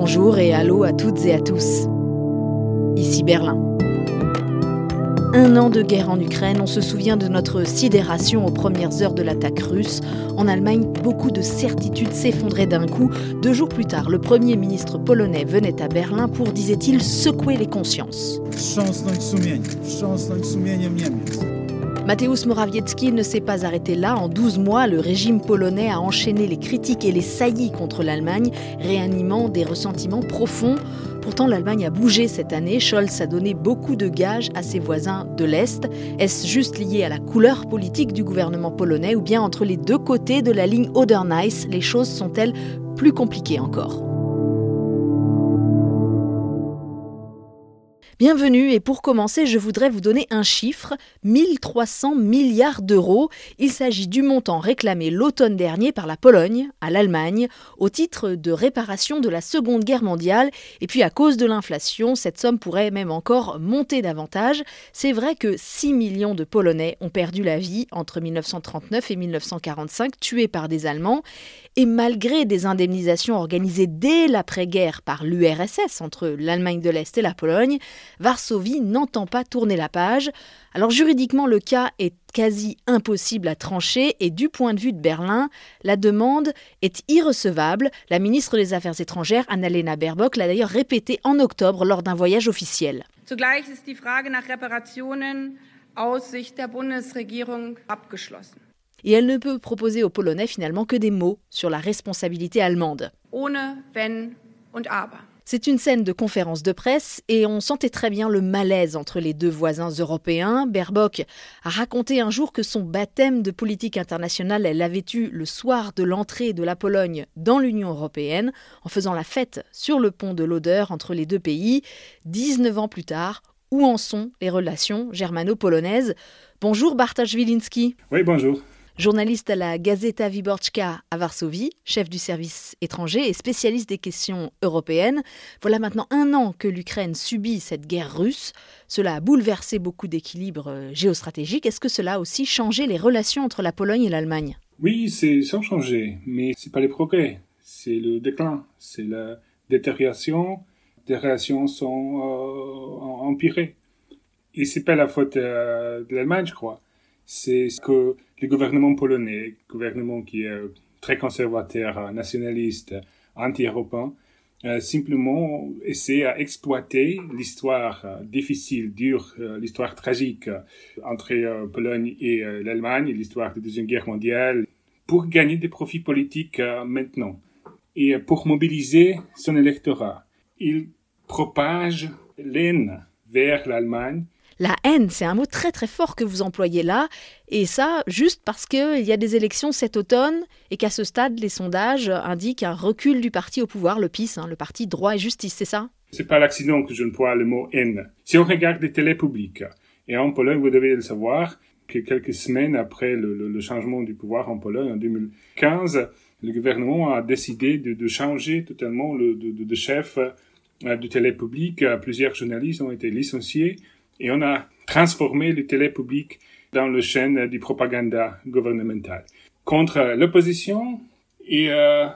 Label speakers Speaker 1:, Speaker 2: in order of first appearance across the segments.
Speaker 1: Bonjour et allô à toutes et à tous. Ici Berlin. 1 an de guerre en Ukraine, on se souvient de notre sidération aux premières heures de l'attaque russe. En Allemagne, beaucoup de certitudes s'effondraient d'un coup. 2 jours plus tard, le Premier ministre polonais venait à Berlin pour, disait-il, secouer les consciences. Mateusz Morawiecki ne s'est pas arrêté là. En 12 mois, le régime polonais a enchaîné les critiques et les saillies contre l'Allemagne, réanimant des ressentiments profonds. Pourtant, l'Allemagne a bougé cette année. Scholz a donné beaucoup de gages à ses voisins de l'Est. Est-ce juste lié à la couleur politique du gouvernement polonais ou bien entre les deux côtés de la ligne Oder-Neisse, les choses sont-elles plus compliquées encore ? Bienvenue et pour commencer, je voudrais vous donner un chiffre, 1300 milliards d'euros. Il s'agit du montant réclamé l'automne dernier par la Pologne à l'Allemagne au titre de réparation de la Seconde Guerre mondiale. Et puis à cause de l'inflation, cette somme pourrait même encore monter davantage. C'est vrai que 6 millions de Polonais ont perdu la vie entre 1939 et 1945, tués par des Allemands. Et malgré des indemnisations organisées dès l'après-guerre par l'URSS entre l'Allemagne de l'Est et la Pologne, Varsovie n'entend pas tourner la page. Alors juridiquement, le cas est quasi impossible à trancher et du point de vue de Berlin, la demande est irrecevable. La ministre des Affaires étrangères, Annalena Baerbock, l'a d'ailleurs répété en octobre lors d'un voyage officiel.
Speaker 2: Zugleich ist die Frage nach Reparationen aus Sicht der Bundesregierung abgeschlossen.
Speaker 1: Et elle ne peut proposer aux Polonais finalement que des mots sur la responsabilité allemande.
Speaker 2: Ohne Wenn und Aber.
Speaker 1: C'est une scène de conférence de presse et on sentait très bien le malaise entre les deux voisins européens. Baerbock a raconté un jour que son baptême de politique internationale, elle l'avait eu le soir de l'entrée de la Pologne dans l'Union européenne, en faisant la fête sur le pont de l'Oder entre les deux pays. 19 ans plus tard, où en sont les relations germano-polonaises ? Bonjour Bartosz Wilimski.
Speaker 3: Oui, bonjour.
Speaker 1: Journaliste à la Gazeta Wyborcza à Varsovie, chef du service étranger et spécialiste des questions européennes. Voilà maintenant 1 an que l'Ukraine subit cette guerre russe. Cela a bouleversé beaucoup d'équilibres géostratégiques. Est-ce que cela a aussi changé les relations entre la Pologne et l'Allemagne ?
Speaker 3: Oui, ça a changé, mais c'est pas les progrès, c'est le déclin, c'est la détérioration. Les relations sont empirées. Et c'est pas la faute de l'Allemagne, je crois. C'est que le gouvernement polonais, gouvernement qui est très conservateur, nationaliste, anti-européen, simplement essaie à exploiter l'histoire difficile, dure, l'histoire tragique entre Pologne et l'Allemagne, l'histoire de la Deuxième Guerre mondiale, pour gagner des profits politiques maintenant et pour mobiliser son électorat. Il propage l'haine vers l'Allemagne.
Speaker 1: La haine, c'est un mot très très fort que vous employez là, et ça juste parce qu'il y a des élections cet automne et qu'à ce stade, les sondages indiquent un recul du parti au pouvoir, le PiS, le parti Droit et Justice, c'est ça ?
Speaker 3: C'est pas l'accident que je emploie le mot haine. Si on regarde les télés publiques, et en Pologne, vous devez le savoir, que quelques semaines après le changement du pouvoir en Pologne en 2015, le gouvernement a décidé de changer totalement de chef de télé publique. Plusieurs journalistes ont été licenciés. Et on a transformé les télé publiques dans le chaîne de propagande gouvernementale contre l'opposition et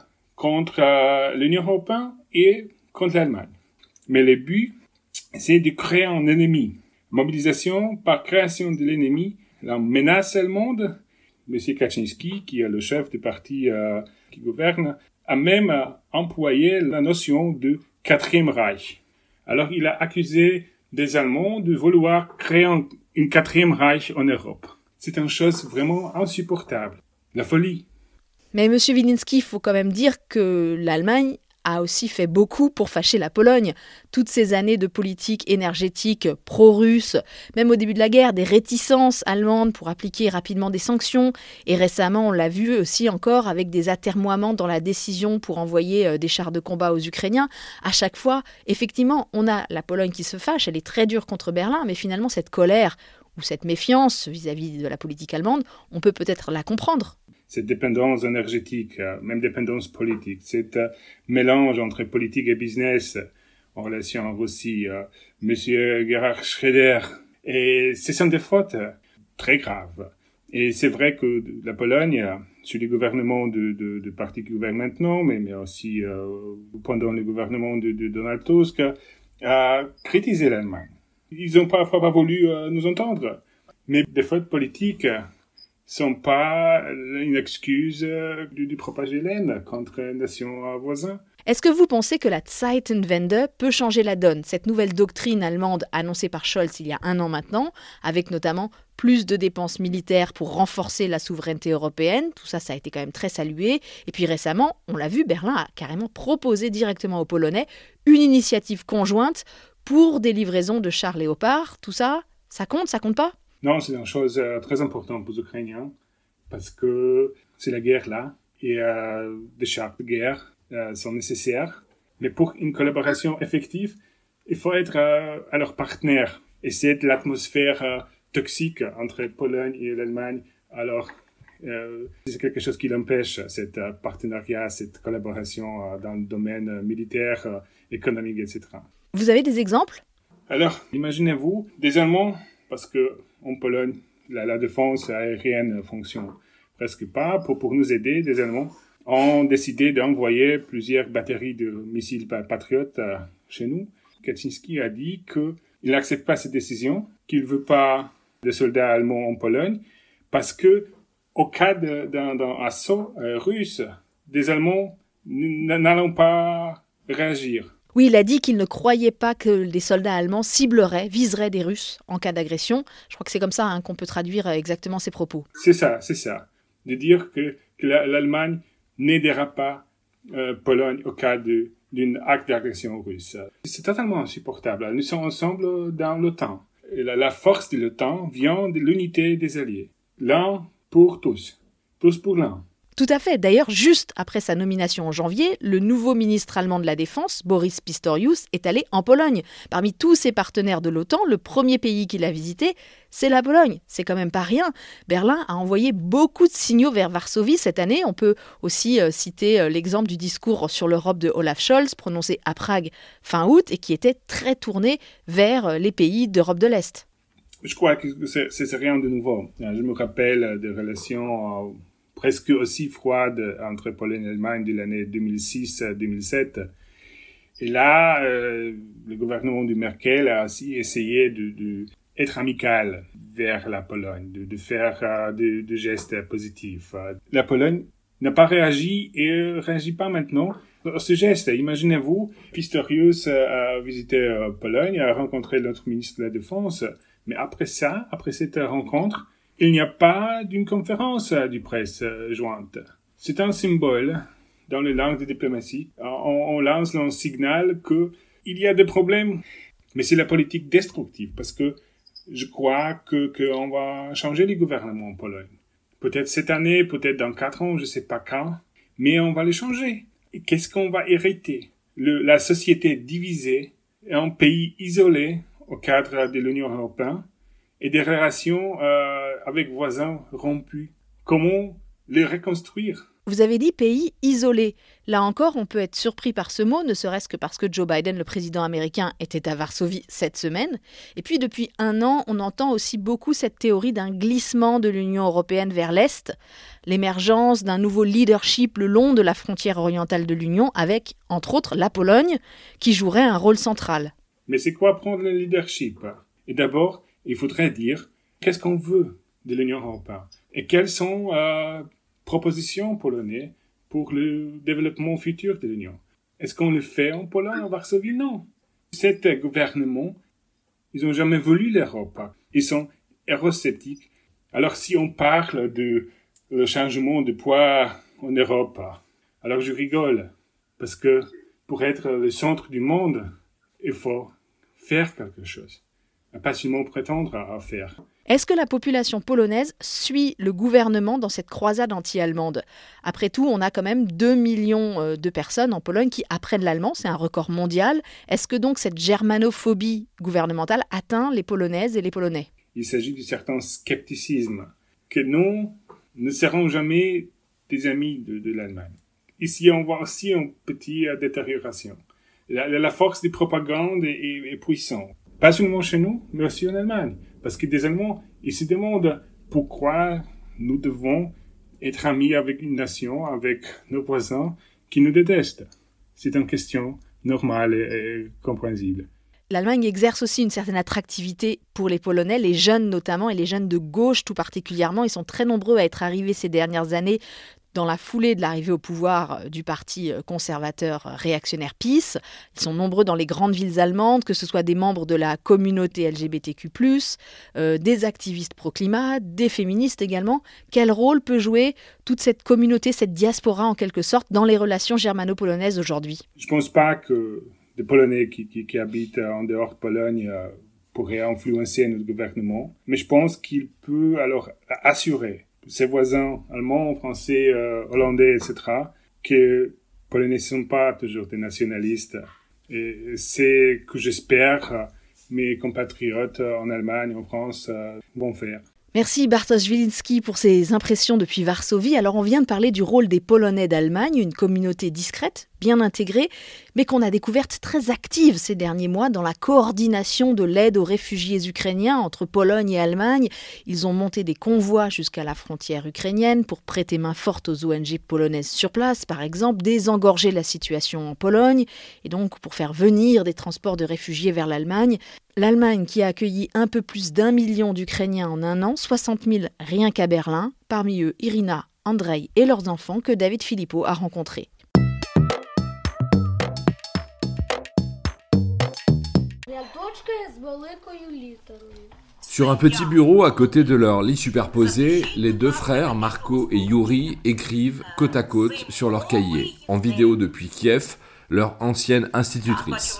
Speaker 3: contre l'Union européenne et contre l'Allemagne. Mais le but, c'est de créer un ennemi. Mobilisation par création de l'ennemi, la menace allemande. M. Kaczynski, qui est le chef du parti qui gouverne, a même employé la notion de quatrième Reich. Alors il a accusé des Allemands de vouloir créer une quatrième Reich en Europe. C'est une chose vraiment insupportable. La folie.
Speaker 1: Mais M. Wilimski, il faut quand même dire que l'Allemagne a aussi fait beaucoup pour fâcher la Pologne. Toutes ces années de politique énergétique pro-russe, même au début de la guerre, des réticences allemandes pour appliquer rapidement des sanctions. Et récemment, on l'a vu aussi encore avec des atermoiements dans la décision pour envoyer des chars de combat aux Ukrainiens. À chaque fois, effectivement, on a la Pologne qui se fâche, elle est très dure contre Berlin, mais finalement, cette colère ou cette méfiance vis-à-vis de la politique allemande, on peut peut-être la comprendre.
Speaker 3: Cette dépendance énergétique, même dépendance politique, cet mélange entre politique et business en relation en Russie, Monsieur Gerhard Schröder, et ce sont des fautes très graves. Et c'est vrai que la Pologne, sous les gouvernements de partis qui gouvernent maintenant, mais aussi pendant le gouvernement de Donald Tusk, a critisé l'Allemagne. Ils n'ont parfois pas voulu nous entendre. Mais des fautes politiques sont pas une excuse de propager l'haine contre les nations voisines.
Speaker 1: Est-ce que vous pensez que la Zeitenwende peut changer la donne, cette nouvelle doctrine allemande annoncée par Scholz il y a 1 an maintenant, avec notamment plus de dépenses militaires pour renforcer la souveraineté européenne? Tout ça, ça a été quand même très salué. Et puis récemment, on l'a vu, Berlin a carrément proposé directement aux Polonais une initiative conjointe pour des livraisons de chars Léopard. Tout ça, ça compte pas?
Speaker 3: Non, c'est une chose très importante pour les Ukrainiens, parce que c'est la guerre là, et des chars de guerre sont nécessaires. Mais pour une collaboration effective, il faut être à leur partenaire. Et c'est l'atmosphère toxique entre Pologne et l'Allemagne. Alors, c'est quelque chose qui l'empêche, cet partenariat, cette collaboration dans le domaine militaire, économique, etc.
Speaker 1: Vous avez des exemples?
Speaker 3: Alors, imaginez-vous, des Allemands, parce que en Pologne, la défense aérienne fonctionne presque pas. Pour nous aider, des Allemands ont décidé d'envoyer plusieurs batteries de missiles Patriot chez nous. Kaczynski a dit qu'il n'accepte pas cette décision, qu'il ne veut pas de soldats allemands en Pologne, parce que au cas d'un assaut russe, des Allemands n'allont pas réagir.
Speaker 1: Oui, il a dit qu'il ne croyait pas que les soldats allemands viseraient des Russes en cas d'agression. Je crois que c'est comme ça qu'on peut traduire exactement ses propos.
Speaker 3: C'est ça. De dire que l'Allemagne n'aidera pas Pologne au cas d'un acte d'agression russe. C'est totalement insupportable. Nous sommes ensemble dans l'OTAN. Et la force de l'OTAN vient de l'unité des alliés. L'un pour tous. Tous pour l'un.
Speaker 1: Tout à fait. D'ailleurs, juste après sa nomination en janvier, le nouveau ministre allemand de la Défense, Boris Pistorius, est allé en Pologne. Parmi tous ses partenaires de l'OTAN, le premier pays qu'il a visité, c'est la Pologne. C'est quand même pas rien. Berlin a envoyé beaucoup de signaux vers Varsovie cette année. On peut aussi citer l'exemple du discours sur l'Europe de Olaf Scholz, prononcé à Prague fin août, et qui était très tourné vers les pays d'Europe de l'Est.
Speaker 3: Je crois que c'est rien de nouveau. Je me rappelle des relations presque aussi froide entre Pologne et l'Allemagne de l'année 2006-2007. Et là, le gouvernement de Merkel a aussi essayé d'être amical vers la Pologne, de faire des gestes positifs. La Pologne n'a pas réagi et réagit pas maintenant à ce geste. Imaginez-vous, Pistorius a visité Pologne, a rencontré notre ministre de la Défense, mais après cette rencontre, il n'y a pas d'une conférence de presse jointe. C'est un symbole dans les langues de diplomatie. On lance un signal qu'il y a des problèmes. Mais c'est la politique destructive parce que je crois qu'on va changer les gouvernements en Pologne. Peut-être cette année, peut-être dans 4 ans, je ne sais pas quand. Mais on va les changer. Et qu'est-ce qu'on va hériter? La société divisée, un pays isolé au cadre de l'Union européenne, et des relations avec voisins rompus. Comment les reconstruire?
Speaker 1: Vous avez dit pays isolé. Là encore, on peut être surpris par ce mot, ne serait-ce que parce que Joe Biden, le président américain, était à Varsovie cette semaine. Et puis depuis 1 an, on entend aussi beaucoup cette théorie d'un glissement de l'Union européenne vers l'Est, l'émergence d'un nouveau leadership le long de la frontière orientale de l'Union, avec, entre autres, la Pologne, qui jouerait un rôle central.
Speaker 3: Mais c'est quoi prendre le leadership? Et d'abord, il faudrait dire qu'est-ce qu'on veut de l'Union européenne et quelles sont propositions polonaises pour le développement futur de l'Union. Est-ce qu'on le fait en Pologne, en Varsovie? Non. Cet gouvernement, ils n'ont jamais voulu l'Europe. Ils sont eurosceptiques. Alors si on parle de le changement de poids en Europe, alors je rigole. Parce que pour être le centre du monde, il faut faire quelque chose. Pas seulement prétendre à faire.
Speaker 1: Est-ce que la population polonaise suit le gouvernement dans cette croisade anti-allemande? Après tout, on a quand même 2 millions de personnes en Pologne qui apprennent l'allemand, c'est un record mondial. Est-ce que donc cette germanophobie gouvernementale atteint les Polonaises et les Polonais?
Speaker 3: Il s'agit d'un certain scepticisme, que nous ne serons jamais des amis de l'Allemagne. Ici, on voit aussi une petite détérioration. La force de propagande est puissante. Pas seulement chez nous, mais aussi en Allemagne. Parce que des Allemands, ils se demandent pourquoi nous devons être amis avec une nation, avec nos voisins qui nous détestent. C'est une question normale et compréhensible.
Speaker 1: L'Allemagne exerce aussi une certaine attractivité pour les Polonais, les jeunes notamment, et les jeunes de gauche tout particulièrement. Ils sont très nombreux à être arrivés ces dernières années dans la foulée de l'arrivée au pouvoir du parti conservateur réactionnaire PiS. Ils sont nombreux dans les grandes villes allemandes, que ce soit des membres de la communauté LGBTQ+, des activistes pro-climat, des féministes également. Quel rôle peut jouer toute cette communauté, cette diaspora en quelque sorte, dans les relations germano-polonaises aujourd'hui ?
Speaker 3: Je ne pense pas que des Polonais qui habitent en dehors de Pologne pourraient influencer notre gouvernement, mais je pense qu'il peut alors assurer ses voisins allemands, français, hollandais, etc., que les Polonais ne sont pas toujours des nationalistes. Et c'est que j'espère mes compatriotes en Allemagne, en France, vont faire.
Speaker 1: Merci Bartosz Wilimski pour ces impressions depuis Varsovie. Alors on vient de parler du rôle des Polonais d'Allemagne, une communauté discrète, bien intégrée, mais qu'on a découverte très active ces derniers mois dans la coordination de l'aide aux réfugiés ukrainiens entre Pologne et Allemagne. Ils ont monté des convois jusqu'à la frontière ukrainienne pour prêter main forte aux ONG polonaises sur place, par exemple, désengorger la situation en Pologne et donc pour faire venir des transports de réfugiés vers l'Allemagne. L'Allemagne qui a accueilli un peu plus d'1 million d'Ukrainiens en un an, 60 000 rien qu'à Berlin, parmi eux Irina, Andrei et leurs enfants que David Philippot a rencontrés.
Speaker 4: Sur un petit bureau à côté de leur lit superposé, les deux frères, Marco et Yuri, écrivent côte à côte sur leur cahier, en vidéo depuis Kiev, leur ancienne institutrice.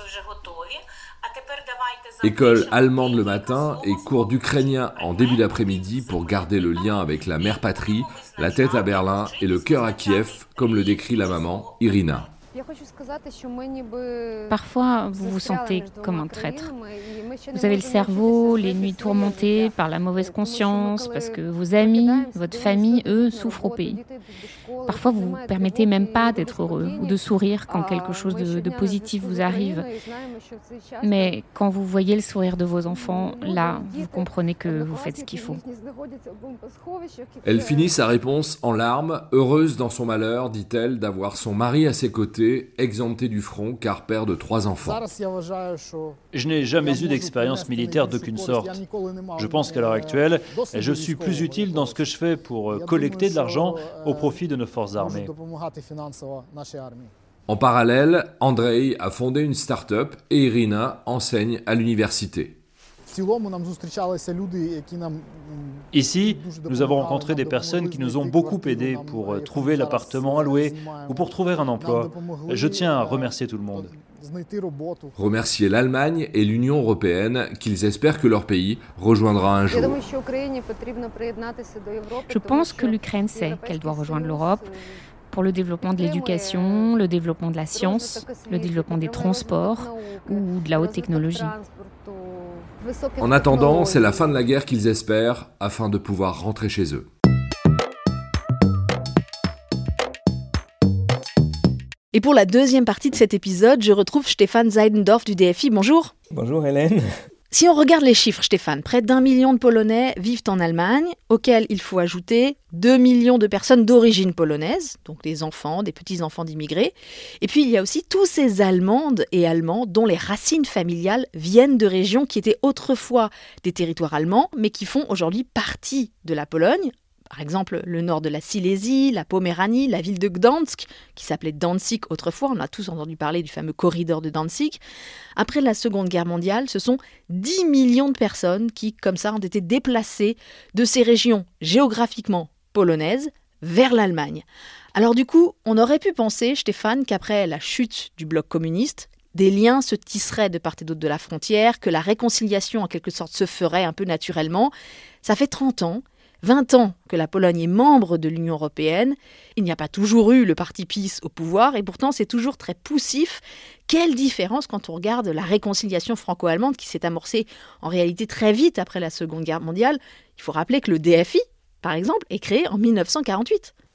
Speaker 4: École allemande le matin et cours d'ukrainien en début d'après-midi pour garder le lien avec la mère patrie, la tête à Berlin et le cœur à Kiev, comme le décrit la maman, Irina.
Speaker 5: Parfois, vous vous sentez comme un traître. Vous avez le cerveau, les nuits tourmentées par la mauvaise conscience, parce que vos amis, votre famille, eux, souffrent au pays. Parfois, vous ne vous permettez même pas d'être heureux ou de sourire quand quelque chose de positif vous arrive. Mais quand vous voyez le sourire de vos enfants, là, vous comprenez que vous faites ce qu'il faut.
Speaker 4: Elle finit sa réponse en larmes, heureuse dans son malheur, dit-elle, d'avoir son mari à ses côtés, exempté du front car père de 3 enfants.
Speaker 6: Je n'ai jamais eu d'expérience militaire d'aucune sorte. Je pense qu'à l'heure actuelle, je suis plus utile dans ce que je fais pour collecter de l'argent au profit de nos forces armées.
Speaker 4: En parallèle, Andrei a fondé une start-up et Irina enseigne à l'université.
Speaker 6: Ici, nous avons rencontré des personnes qui nous ont beaucoup aidés pour trouver l'appartement à louer ou pour trouver un emploi. Je tiens à remercier tout le monde.
Speaker 4: Remercier l'Allemagne et l'Union européenne qu'ils espèrent que leur pays rejoindra un jour.
Speaker 5: Je pense que l'Ukraine sait qu'elle doit rejoindre l'Europe pour le développement de l'éducation, le développement de la science, le développement des transports ou de la haute technologie.
Speaker 4: En attendant, c'est la fin de la guerre qu'ils espèrent afin de pouvoir rentrer chez eux.
Speaker 1: Et pour la deuxième partie de cet épisode, je retrouve Stefan Seidendorf du DFI. Bonjour.
Speaker 7: Bonjour Hélène.
Speaker 1: Si on regarde les chiffres, Stéphane, près d'1 million de Polonais vivent en Allemagne, auxquels il faut ajouter 2 millions de personnes d'origine polonaise, donc des enfants, des petits-enfants d'immigrés. Et puis il y a aussi tous ces Allemandes et Allemands dont les racines familiales viennent de régions qui étaient autrefois des territoires allemands, mais qui font aujourd'hui partie de la Pologne. Par exemple, le nord de la Silésie, la Poméranie, la ville de Gdansk, qui s'appelait Danzig autrefois. On a tous entendu parler du fameux corridor de Danzig. Après la Seconde Guerre mondiale, ce sont 10 millions de personnes qui, comme ça, ont été déplacées de ces régions géographiquement polonaises vers l'Allemagne. Alors du coup, on aurait pu penser, Stéphane, qu'après la chute du bloc communiste, des liens se tisseraient de part et d'autre de la frontière, que la réconciliation en quelque sorte se ferait un peu naturellement. Ça fait 30 ans. 20 ans que la Pologne est membre de l'Union européenne. Il n'y a pas toujours eu le parti PiS au pouvoir et pourtant c'est toujours très poussif. Quelle différence quand on regarde la réconciliation franco-allemande qui s'est amorcée en réalité très vite après la Seconde Guerre mondiale. Il faut rappeler que le DFI, par exemple, est créé en 1948.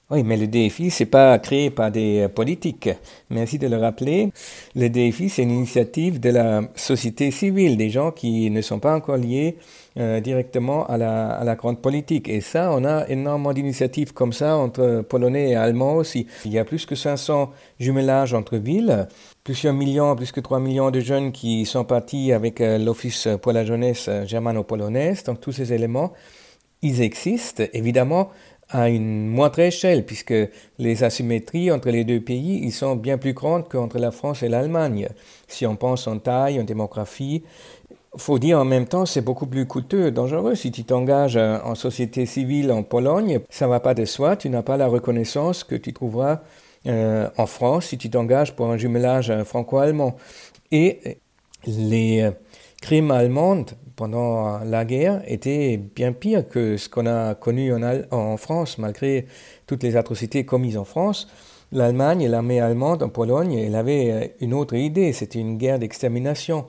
Speaker 7: Oui, mais le DFI, c'est pas créé par des politiques. Merci de le rappeler. Le DFI, c'est une initiative de la société civile, des gens qui ne sont pas encore liés directement à la grande politique. Et ça, on a énormément d'initiatives comme ça entre Polonais et Allemands aussi. Il y a plus que 500 jumelages entre villes, plusieurs millions, plus que 3 millions de jeunes qui sont partis avec l'Office pour la jeunesse germano-polonaise. Donc tous ces éléments, ils existent. Évidemment, à une moindre échelle, puisque les asymétries entre les deux pays, ils sont bien plus grandes qu'entre la France et l'Allemagne. Si on pense en taille, en démographie, il faut dire en même temps, c'est beaucoup plus coûteux, dangereux. Si tu t'engages en société civile en Pologne, ça ne va pas de soi, tu n'as pas la reconnaissance que tu trouveras en France si tu t'engages pour un jumelage franco-allemand. Et les crimes allemands pendant la guerre étaient bien pires que ce qu'on a connu en France, malgré toutes les atrocités commises en France. L'Allemagne et l'armée allemande en Pologne, elle avait une autre idée, c'était une guerre d'extermination.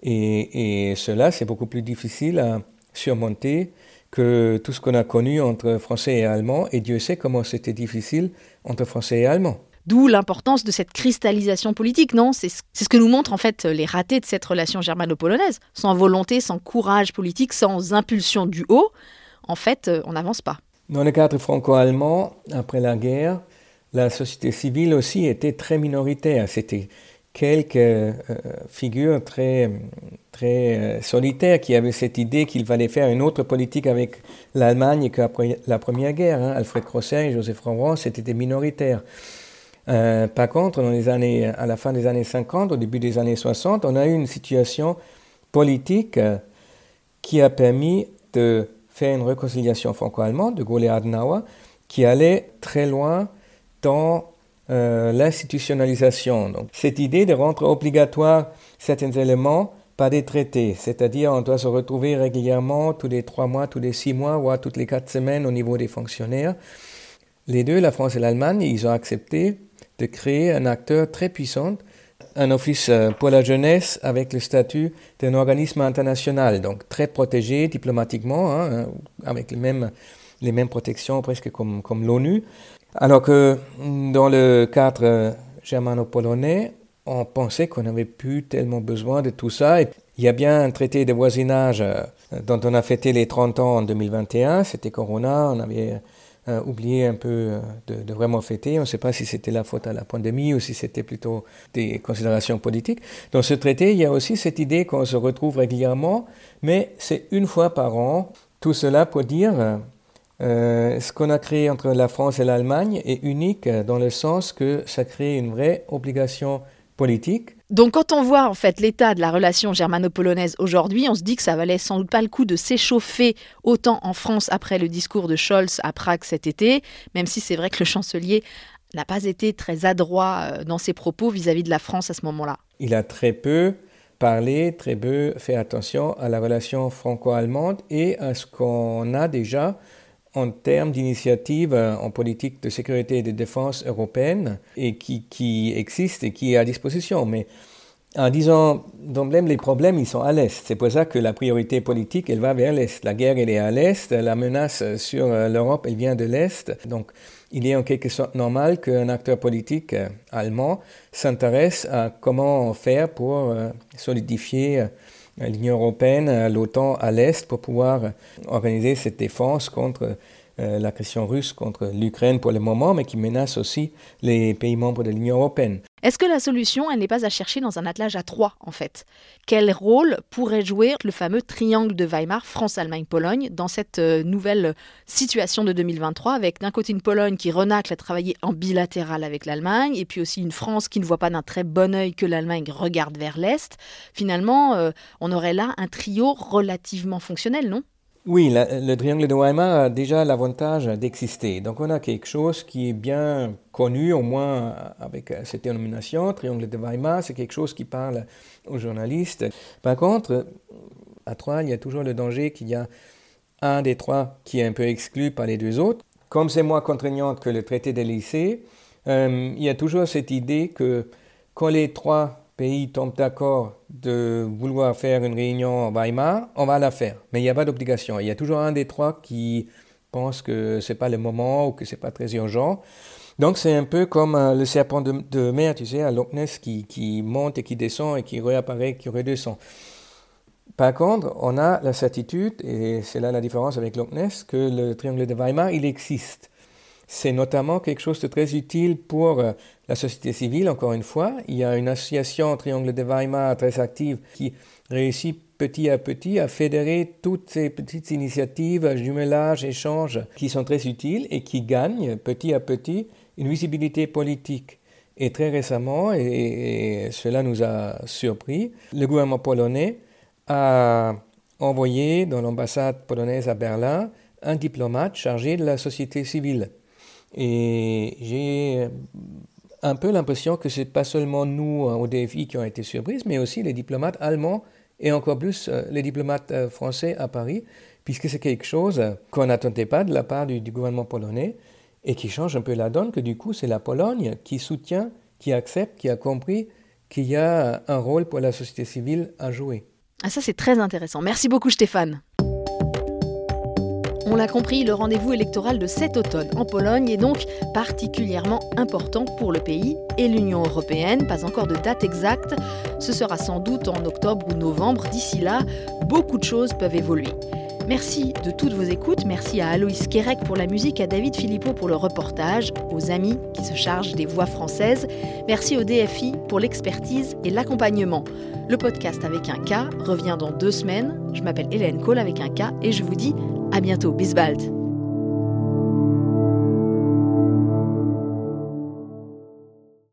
Speaker 7: Et cela, c'est beaucoup plus difficile à surmonter que tout ce qu'on a connu entre Français et Allemands, et Dieu sait comment c'était difficile entre Français et Allemands.
Speaker 1: D'où l'importance de cette cristallisation politique, non ? C'est ce que nous montrent en fait les ratés de cette relation germano-polonaise. Sans volonté, sans courage politique, sans impulsion du haut, en fait, on n'avance pas.
Speaker 7: Dans le cadre franco-allemand, après la guerre, la société civile aussi était très minoritaire. C'était quelques figures très solitaires qui avaient cette idée qu'il fallait faire une autre politique avec l'Allemagne qu'après la Première Guerre. Alfred Crosset et Joseph Rembrandt, c'était des minoritaires. Par contre, à la fin des années 50, au début des années 60, on a eu une situation politique qui a permis de faire une réconciliation franco-allemande de Gaulle et Adenauer qui allait très loin dans l'institutionnalisation. Donc, cette idée de rendre obligatoire certains éléments par des traités, c'est-à-dire on doit se retrouver régulièrement tous les 3 mois, tous les 6 mois, voire toutes les 4 semaines au niveau des fonctionnaires. Les deux, la France et l'Allemagne, ils ont accepté de créer un acteur très puissant, un office pour la jeunesse avec le statut d'un organisme international, donc très protégé diplomatiquement, avec les mêmes protections presque comme l'ONU. Alors que dans le cadre germano-polonais, on pensait qu'on n'avait plus tellement besoin de tout ça. Et il y a bien un traité de voisinage dont on a fêté les 30 ans en 2021, c'était Corona, on avait oublié un peu de vraiment fêter. On ne sait pas si c'était la faute à la pandémie ou si c'était plutôt des considérations politiques. Dans ce traité, il y a aussi cette idée qu'on se retrouve régulièrement, mais c'est une fois par an. Tout cela pour dire ce qu'on a créé entre la France et l'Allemagne est unique dans le sens que ça crée une vraie obligation politique.
Speaker 1: Donc quand on voit en fait l'état de la relation germano-polonaise aujourd'hui, on se dit que ça valait sans doute pas le coup de s'échauffer autant en France après le discours de Scholz à Prague cet été, même si c'est vrai que le chancelier n'a pas été très adroit dans ses propos vis-à-vis de la France à ce moment-là.
Speaker 7: Il a très peu parlé, très peu fait attention à la relation franco-allemande et à ce qu'on a déjà en termes d'initiatives en politique de sécurité et de défense européenne et qui existe et qui est à disposition. Mais en disant d'emblée, les problèmes, ils sont à l'Est. C'est pour ça que la priorité politique, elle va vers l'Est. La guerre, elle est à l'Est. La menace sur l'Europe, elle vient de l'Est. Donc, il est en quelque sorte normal qu'un acteur politique allemand s'intéresse à comment faire pour solidifier l'Union européenne, l'OTAN à l'Est pour pouvoir organiser cette défense contre l'agression russe contre l'Ukraine pour le moment, mais qui menace aussi les pays membres de l'Union européenne.
Speaker 1: Est-ce que la solution, elle n'est pas à chercher dans un attelage à 3, en fait ? Quel rôle pourrait jouer le fameux triangle de Weimar, France, Allemagne, Pologne, dans cette nouvelle situation de 2023, avec d'un côté une Pologne qui renacle à travailler en bilatéral avec l'Allemagne, et puis aussi une France qui ne voit pas d'un très bon œil que l'Allemagne regarde vers l'Est. Finalement, on aurait là un trio relativement fonctionnel, non ?
Speaker 7: Oui, le triangle de Weimar a déjà l'avantage d'exister. Donc on a quelque chose qui est bien connu, au moins avec cette dénomination. Triangle de Weimar, c'est quelque chose qui parle aux journalistes. Par contre, à 3, il y a toujours le danger qu'il y a un des 3 qui est un peu exclu par les 2 autres. Comme c'est moins contraignant que le traité d'Élysée, il y a toujours cette idée que quand les 3 pays tombent d'accord de vouloir faire une réunion à Weimar, on va la faire. Mais il n'y a pas d'obligation. Il y a toujours un des 3 qui pensent que ce n'est pas le moment ou que ce n'est pas très urgent. Donc c'est un peu comme le serpent de mer, tu sais, à Loch Ness qui monte et qui descend et qui réapparaît, qui redescend. Par contre, on a la certitude, et c'est là la différence avec Loch Ness, que le triangle de Weimar, il existe. C'est notamment quelque chose de très utile pour la société civile, encore une fois. Il y a une association Triangle de Weimar très active qui réussit petit à petit à fédérer toutes ces petites initiatives, jumelages, échanges qui sont très utiles et qui gagnent petit à petit une visibilité politique. Et très récemment, et cela nous a surpris, le gouvernement polonais a envoyé dans l'ambassade polonaise à Berlin un diplomate chargé de la société civile. Et j'ai un peu l'impression que ce n'est pas seulement nous au DFI qui ont été surprises, mais aussi les diplomates allemands et encore plus les diplomates français à Paris, puisque c'est quelque chose qu'on n'attendait pas de la part du gouvernement polonais et qui change un peu la donne, que du coup c'est la Pologne qui soutient, qui accepte, qui a compris qu'il y a un rôle pour la société civile à jouer.
Speaker 1: Ah, ça c'est très intéressant. Merci beaucoup Stéphane. On l'a compris, le rendez-vous électoral de cet automne en Pologne est donc particulièrement important pour le pays et l'Union européenne. Pas encore de date exacte, ce sera sans doute en octobre ou novembre. D'ici là, beaucoup de choses peuvent évoluer. Merci de toutes vos écoutes, merci à Aloïs Kerek pour la musique, à David Philippot pour le reportage, aux amis qui se chargent des voix françaises. Merci au DFI pour l'expertise et l'accompagnement. Le podcast avec un K revient dans 2 semaines. Je m'appelle Hélène Cole avec un K et je vous dis à bientôt. Bis bald.